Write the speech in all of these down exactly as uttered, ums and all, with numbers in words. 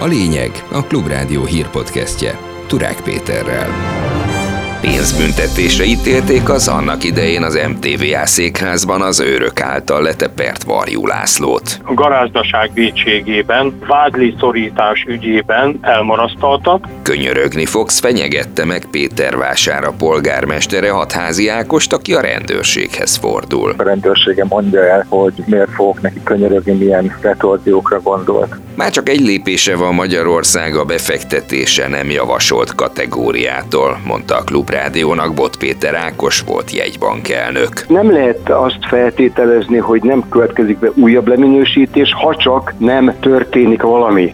A lényeg a Klubrádió hírpodcastje Turák Péterrel. Pénzbüntetésre ítélték az annak idején az em té vé á székházban az őrök által letepert Varjú Lászlót. A garázdaság vétségében, vádli szorítás ügyében elmarasztaltak. Könyörögni fogsz fenyegette meg Pétervására polgármestere Hatházi Ákost, aki a rendőrséghez fordul. A rendőrsége mondja el, hogy miért fogok neki könyörögni, milyen retorziókra gondolt. Már csak egy lépése van Magyarország a befektetése nem javasolt kategóriától, mondta a Klubrádiónak Bot Péter Ákos volt jegybankelnök. Nem lehet azt feltételezni, hogy nem következik be újabb leminősítés, ha csak nem történik valami.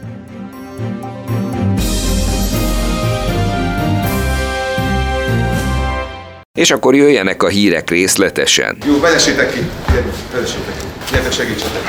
És akkor jöjjenek a hírek részletesen. Jó, vezessétek ki! Vezessétek ki! Gyertek, segítsetek!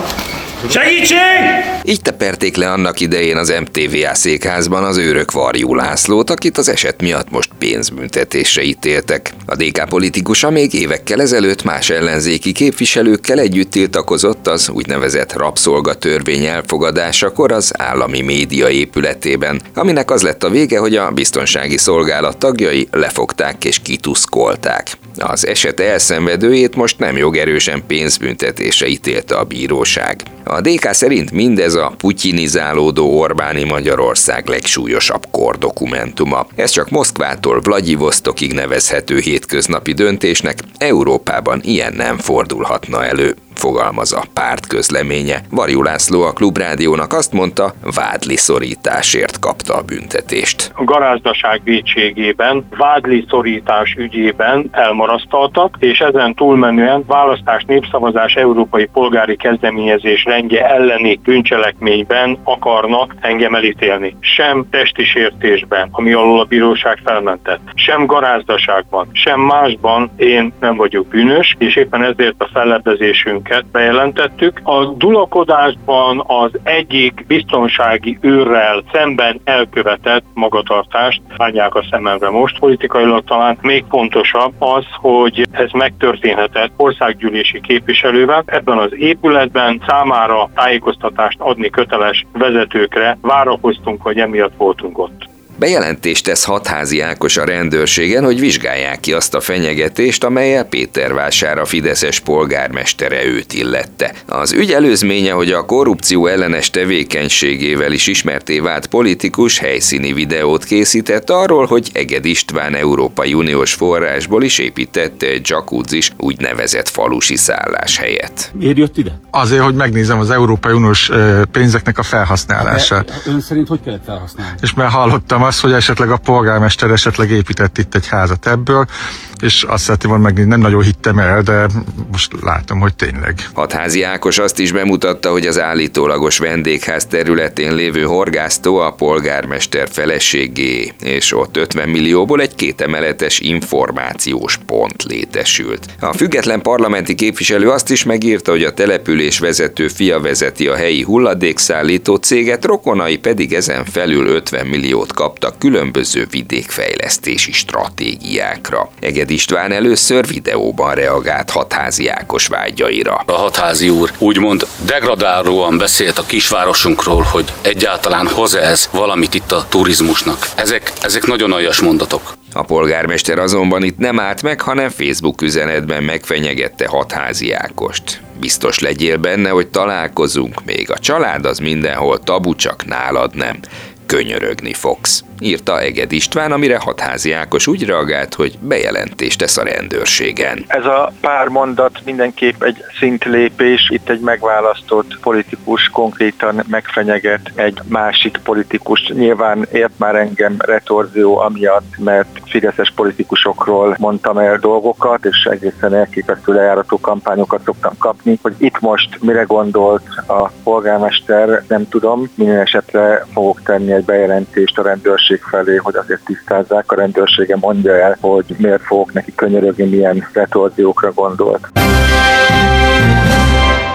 Segítség! Így teperték le annak idején az em té vé á székházban az őrök Varjú Lászlót, akit az eset miatt most pénzbüntetésre ítéltek. A dé ká politikusa még évekkel ezelőtt más ellenzéki képviselőkkel együtt tiltakozott az úgynevezett rabszolgatörvény elfogadásakor az állami média épületében, aminek az lett a vége, hogy a biztonsági szolgálat tagjai lefogták és kituszkolták. Az eset elszenvedőjét most nem jogerősen pénzbüntetésre ítélte a bíróság. A dé ká szerint mindez a putyinizálódó Orbáni Magyarország legsúlyosabb kordokumentuma. Ez csak Moszkvától Vlagyivostokig nevezhető hétköznapi döntésnek, Európában ilyen nem fordulhatna elő, fogalmaz a párt közleménye. Varjú László a Klubrádiónak azt mondta, vádli szorításért kapta a büntetést. A garázdaság vétségében, vádli szorítás ügyében elmarasztaltak, és ezen túlmenően választás, népszavazás, európai polgári kezdeményezés rendje elleni bűncselekményben akarnak engem elítélni. Sem testi sértésben, ami alól a bíróság felmentett, sem garázdaságban, sem másban én nem vagyok bűnös, és éppen ezért a fellebbezésünk bejelentettük. A dulakodásban az egyik biztonsági őrrel szemben elkövetett magatartást bánják a szememre most. Politikailag talán még fontosabb az, hogy ez megtörténhetett országgyűlési képviselővel. Ebben az épületben számára tájékoztatást adni köteles vezetőkre várakoztunk, hogy emiatt voltunk ott. Bejelentést tesz Hatházi Ákos a rendőrségen, hogy vizsgálják ki azt a fenyegetést, amellyel Pétervására fideszes polgármestere őt illette. Az ügy előzménye, hogy a korrupció ellenes tevékenységével is ismertté vált politikus helyszíni videót készített arról, hogy Eged István Európai Uniós forrásból is épített egy jacuzzis úgynevezett falusi szállás helyett. Miért jött ide? Azért, hogy megnézem az Európai Uniós pénzeknek a felhasználását. De ön szerint hogy kellett felhasználni? És már hallottam azt, hogy esetleg a polgármester esetleg épített itt egy házat ebből, és azt szeretném volna megnézni, nem nagyon hittem el, de most látom, hogy tényleg. Hatházi Ákos azt is bemutatta, hogy az állítólagos vendégház területén lévő horgásztó a polgármester feleségé, és ott ötven millióból egy kétemeletes információs pont létesült. A független parlamenti képviselő azt is megírta, hogy a település vezető fia vezeti a helyi hulladékszállító céget, rokonai pedig ezen felül ötven milliót kaptak különböző vidékfejlesztési stratégiákra. Eged István először videóban reagált Hatházi Ákos vágyaira. A Hatházi úr úgymond degradálóan beszélt a kisvárosunkról, hogy egyáltalán hoz ez valamit itt a turizmusnak. Ezek, ezek nagyon aljas mondatok. A polgármester azonban itt nem állt meg, hanem Facebook üzenetben megfenyegette Hatházi Ákost. Biztos legyél benne, hogy találkozunk még. A család az mindenhol tabu, csak nálad nem. Könyörögni fogsz, írta Eged István, amire Hatházi Ákos úgy reagált, hogy bejelentést tesz a rendőrségen. Ez a pár mondat mindenképp egy szintlépés, itt egy megválasztott politikus konkrétan megfenyeget egy másik politikus. Nyilván ért már engem retorzió amiatt, mert fideszes politikusokról mondtam el dolgokat, és egészen elképesztő lejárató kampányokat szoktam kapni, hogy itt most mire gondolt a polgármester, nem tudom, minden esetre fogok tenni egy bejelentést a rendőrség felé, hogy azért tisztázzák, a rendőrsége mondja el, hogy miért fogok neki könyörögni, milyen retorziókra gondolt.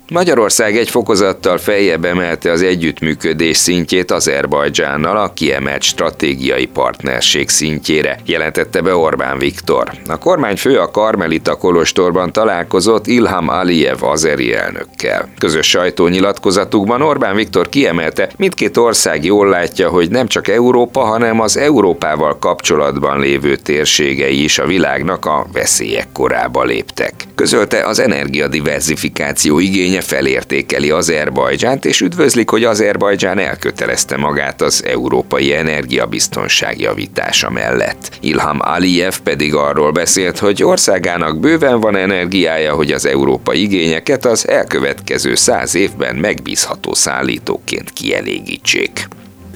Magyarország egy fokozattal feljebb emelte az együttműködés szintjét Azerbajdzsánnal a kiemelt stratégiai partnerség szintjére, jelentette be Orbán Viktor. A kormányfő a Karmelita kolostorban találkozott Ilham Aliyev azeri elnökkel. Közös sajtónyilatkozatukban Orbán Viktor kiemelte, mindkét ország jól látja, hogy nem csak Európa, hanem az Európával kapcsolatban lévő térségei is a világnak a veszélyek korába léptek. Közölte, az energiadiverzifikáció igénye felértékeli Azerbajdzsánt, és üdvözlik, hogy Azerbajdzsán elkötelezte magát az európai energiabiztonság javítása mellett. Ilham Aliyev pedig arról beszélt, hogy országának bőven van energiája, hogy az európai igényeket az elkövetkező száz évben megbízható szállítóként kielégítsék.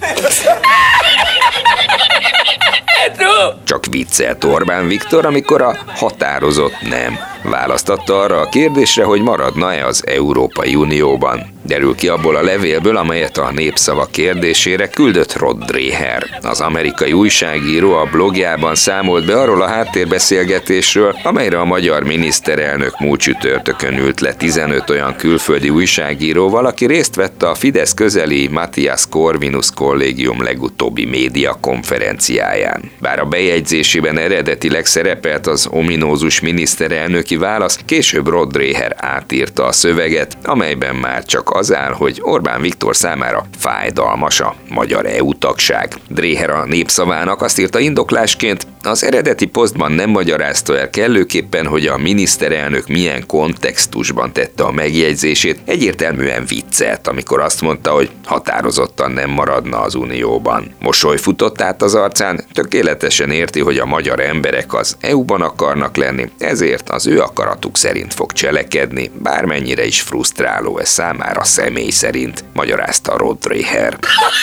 Csak viccelt Orbán Viktor, amikor a határozott nem választatta arra a kérdésre, hogy maradna-e az Európai Unióban. Derül ki abból a levélből, amelyet a Népszava kérdésére küldött Rod Dreher. Az amerikai újságíró a blogjában számolt be arról a háttérbeszélgetésről, amelyre a magyar miniszterelnök múlt csütörtökön ült le tizenöt olyan külföldi újságíróval, aki részt vett a Fidesz közeli Matthias Corvinus kollégium legutóbbi média konferenciáján. Bár a bejegyzésében eredetileg szerepelt az ominózus miniszterelnöki válasz, később Rod Dreher átírta a szöveget, amelyben már csak az áll, hogy Orbán Viktor számára fájdalmas a magyar é u tagság. Dreher a Népszavának azt írta indoklásként, az eredeti posztban nem magyarázta el kellőképpen, hogy a miniszterelnök milyen kontextusban tette a megjegyzését, egyértelműen viccelt, amikor azt mondta, hogy határozottan nem maradna az Unióban. Mosoly futott át az arcán, tökéletesen érti, hogy a magyar emberek az é u-ban akarnak lenni, ezért az ő akaratuk szerint fog cselekedni, bármennyire is frusztráló ez számára személy szerint, magyarázta Rod Dreher.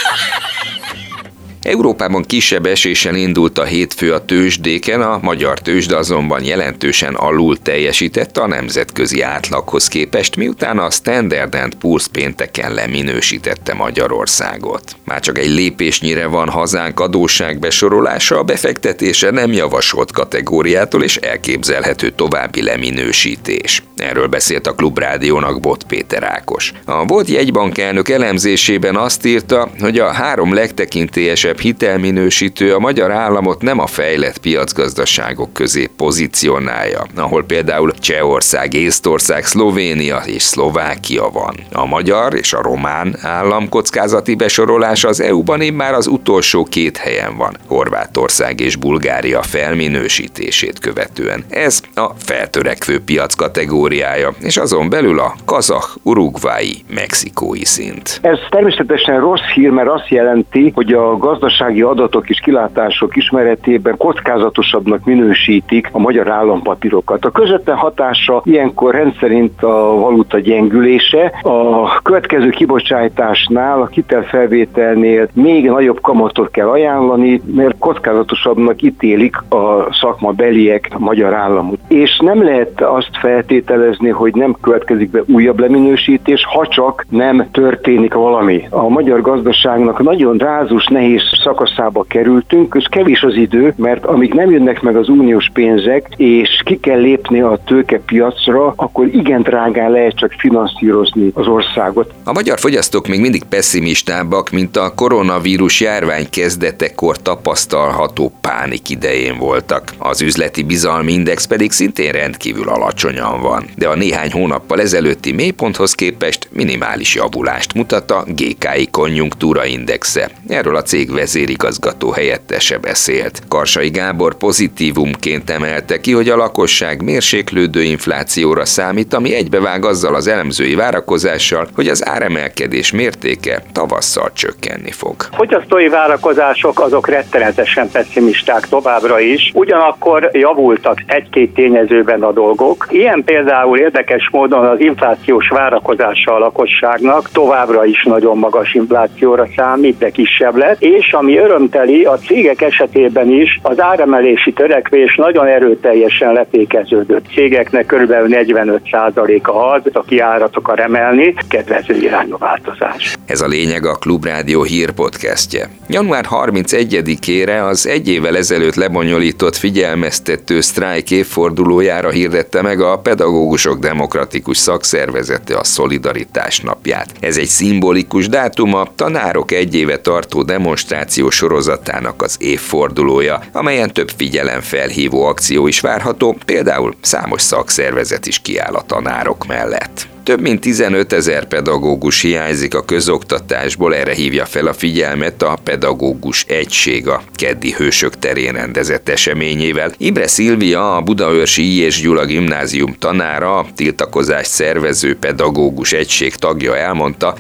Európában kisebb eséssel indult a hétfő a tőzsdéken, a magyar tőzsde azonban jelentősen alul teljesített a nemzetközi átlaghoz képest, miután a Standard and Poor's pénteken leminősítette Magyarországot. Már csak egy lépésnyire van hazánk adósságbesorolása, a befektetése nem javasolt kategóriától, és elképzelhető további leminősítés. Erről beszélt a Klubrádiónak Bot Péter Ákos. A volt jegybank elnök elemzésében azt írta, hogy a három legtekintélyesebb hitelminősítő a magyar államot nem a fejlett piacgazdaságok közé pozícionálja, ahol például Csehország, Észtország, Szlovénia és Szlovákia van. A magyar és a román állam kockázati besorolása az é u-ban immár az utolsó két helyen van, Horvátország és Bulgária felminősítését követően. Ez a feltörekvő piac kategóriája, és azon belül a kazah, urugvái, mexikói szint. Ez természetesen rossz hír, mert azt jelenti, hogy a gazdasági adatok és kilátások ismeretében kockázatosabbnak minősítik a magyar állampapírokat. A közvetlen hatása ilyenkor rendszerint a valuta gyengülése, a következő kibocsátásnál, a hitelfelvételnél még nagyobb kamatot kell ajánlani, mert kockázatosabbnak ítélik a szakmabeliek a magyar államot. És nem lehet azt feltételezni, hogy nem következik be újabb leminősítés, ha csak nem történik valami. A magyar gazdaságnak nagyon rázus, nehéz szakaszába kerültünk, és kevés az idő, mert amíg nem jönnek meg az uniós pénzek, és ki kell lépni a tőkepiacra, akkor igen drágán lehet csak finanszírozni az országot. A magyar fogyasztók még mindig pessimistábbak, mint a koronavírus járvány kezdetekor tapasztalható pánik idején voltak. Az üzleti bizalmi index pedig szintén rendkívül alacsonyan van, de a néhány hónappal ezelőtti mélyponthoz képest minimális javulást mutat a gé ká i konjunktúra indexe. Erről a cég vezérigazgató helyettese beszélt. Karsai Gábor pozitívumként emelte ki, hogy a lakosság mérséklődő inflációra számít, ami egybevág azzal az elemzői várakozással, hogy az áremelkedés mértéke tavasszal csökkenni fog. Fogyasztói várakozások azok rettenetesen pessimisták továbbra is, ugyanakkor javultak egy-két tényezőben a dolgok. Ilyen például érdekes módon az inflációs várakozása a lakosságnak továbbra is nagyon magas inflációra számít, de kisebb lett, és és ami örömteli, a cégek esetében is az áremelési törekvés nagyon erőteljesen lefékeződött. Cégeknek körülbelül negyvenöt százaléka az, aki árat akar emelni, kedvező irányú változás. Ez a lényeg a Klubrádió hírpodcastje. január harmincegyedikére az egy évvel ezelőtt lebonyolított figyelmeztető sztrájk évfordulójára hirdette meg a Pedagógusok Demokratikus Szakszervezete a Szolidaritás napját. Ez egy szimbolikus dátum, a tanárok egy éve tartó demonstráció sorozatának az évfordulója, amelyen több figyelemfelhívó akció is várható, például számos szakszervezet is kiáll a tanárok mellett. Több mint tizenötezer pedagógus hiányzik a közoktatásból, erre hívja fel a figyelmet a Pedagógus Egység a keddi Hősök terén rendezett eseményével. Imre Szilvia, a Budaörsi I. és Gyula gimnázium tanára, a tiltakozást szervező Pedagógus Egység tagja elmondta,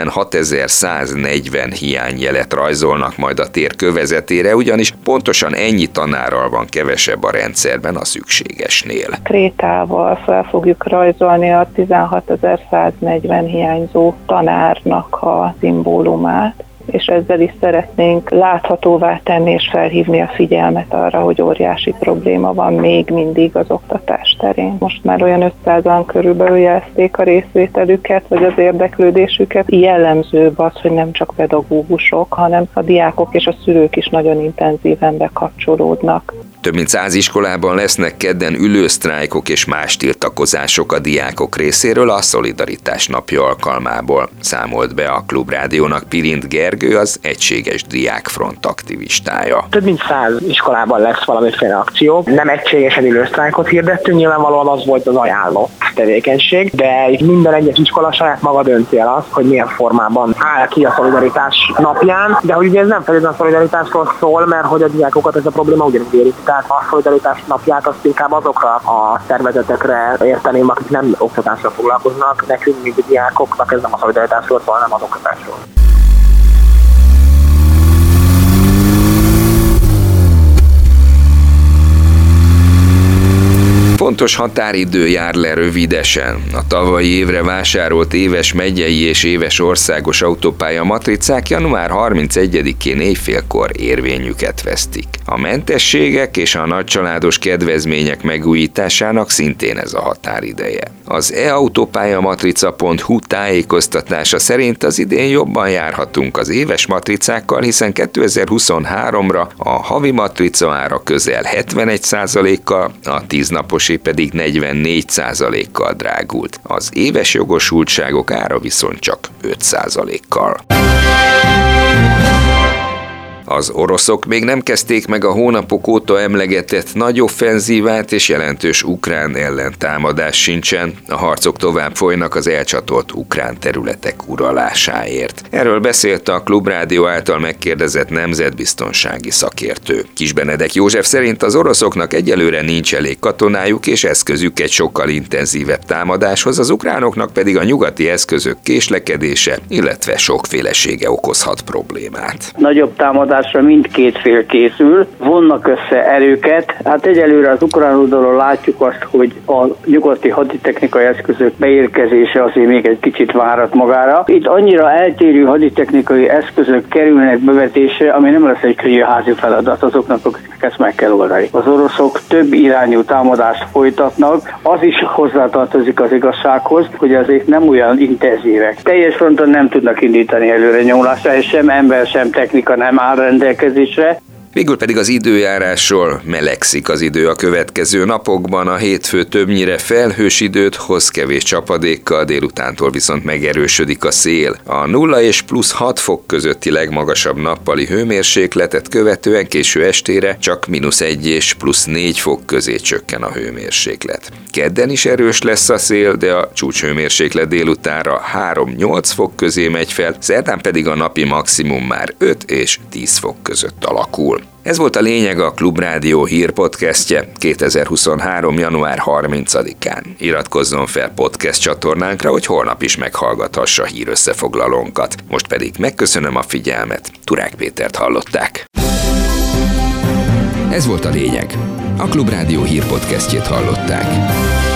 tizenhatezer-száznegyven hiányjelet rajzolnak majd a tér kövezetére, ugyanis pontosan ennyi tanárral van kevesebb a rendszerben a szükségesnél. Krétával fel fogjuk rajzolni a tizenhatezer-száznegyven hiányzó tanárnak a szimbólumát, és ezzel is szeretnénk láthatóvá tenni és felhívni a figyelmet arra, hogy óriási probléma van még mindig az oktatás terén. Most már olyan ötszázan körülbelül jelezték a részvételüket, vagy az érdeklődésüket. Jellemzőbb az, hogy nem csak pedagógusok, hanem a diákok és a szülők is nagyon intenzíven bekapcsolódnak. Több mint száz iskolában lesznek kedden ülősztrájkok és más tiltakozások a diákok részéről a Szolidaritás napja alkalmából, számolt be a Klubrádiónak Pirint Gergő, az Egységes Diákfront aktivistája. Több mint száz iskolában lesz valamiféle akció. Nem egységesen ülősztrájkot hirdettünk, nyilvánvalóan az volt az ajánlott tevékenység, de minden egyes iskola saját maga dönti el azt, hogy milyen formában áll ki a Szolidaritás napján, de hogy ugye ez nem feltétlenül a szolidaritásról szól, mert hogy a diákokat ez a probléma ugyanúgy érinti. Tehát a Szolidaritás napját azt inkább azokra a szervezetekre érteném, akik nem oktatással foglalkoznak, nekünk, mint diákoknak ez nem a szolidaritásról szól, hanem az oktatásról. Fontos határidő jár le rövidesen. A tavalyi évre vásárolt éves megyei és éves országos autópálya matricák január harmincegyedikén éjfélkor érvényüket vesztik. A mentességek és a nagycsaládos kedvezmények megújításának szintén ez a határideje. Az e autópálya matrica pont hu tájékoztatása szerint az idén jobban járhatunk az éves matricákkal, hiszen kétezer-huszonháromra a havi matrica ára közel hetvenegy százalékkal, a tíznapos pedig negyvennégy százalékkal drágult. Az éves jogosultságok ára viszont csak öt százalékkal. Az oroszok még nem kezdték meg a hónapok óta emlegetett nagy offenzívát, és jelentős ukrán ellentámadás sincsen. A harcok tovább folynak az elcsatolt ukrán területek uralásáért. Erről beszélt a Klubrádió által megkérdezett nemzetbiztonsági szakértő. Kis Benedek József szerint az oroszoknak egyelőre nincs elég katonájuk és eszközük egy sokkal intenzívebb támadáshoz, az ukránoknak pedig a nyugati eszközök késlekedése, illetve sokfélesége okozhat problémát. Nagyobb támadás mindkét fél készül, vonnak össze erőket. Hát egyelőre az ukrán oldalon látjuk azt, hogy a nyugati haditechnikai eszközök beérkezése azért még egy kicsit várat magára. Itt annyira eltérő haditechnikai eszközök kerülnek bevetésre, ami nem lesz egy könnyű házi feladat azoknak, akiknek ezt meg kell oldani. Az oroszok több irányú támadást folytatnak, az is hozzátartozik az igazsághoz, hogy azért nem olyan intenzívek. Teljes fronton nem tudnak indítani előre nyomulásra, és sem ember, sem technika nem áll rendelkezésre. Végül pedig az időjárásról: melegszik az idő a következő napokban, a hétfő többnyire felhős időt hoz kevés csapadékkal, délutántól viszont megerősödik a szél. A nulla és plusz hat fok közötti legmagasabb nappali hőmérsékletet követően késő estére csak mínusz egy és plusz négy fok közé csökken a hőmérséklet. Kedden is erős lesz a szél, de a csúcshőmérséklet délutánra három-nyolc fok közé megy fel, szerdán pedig a napi maximum már öt és tíz fok között alakul. Ez volt a lényeg a Klubrádió hírpodcastje kétezer-huszonhárom. január harmincadikán. Iratkozzon fel podcast csatornánkra, hogy holnap is meghallgathassa hírösszefoglalónkat. Most pedig megköszönöm a figyelmet. Turák Pétert hallották. Ez volt a lényeg. A Klubrádió hírpodcastjét hallották.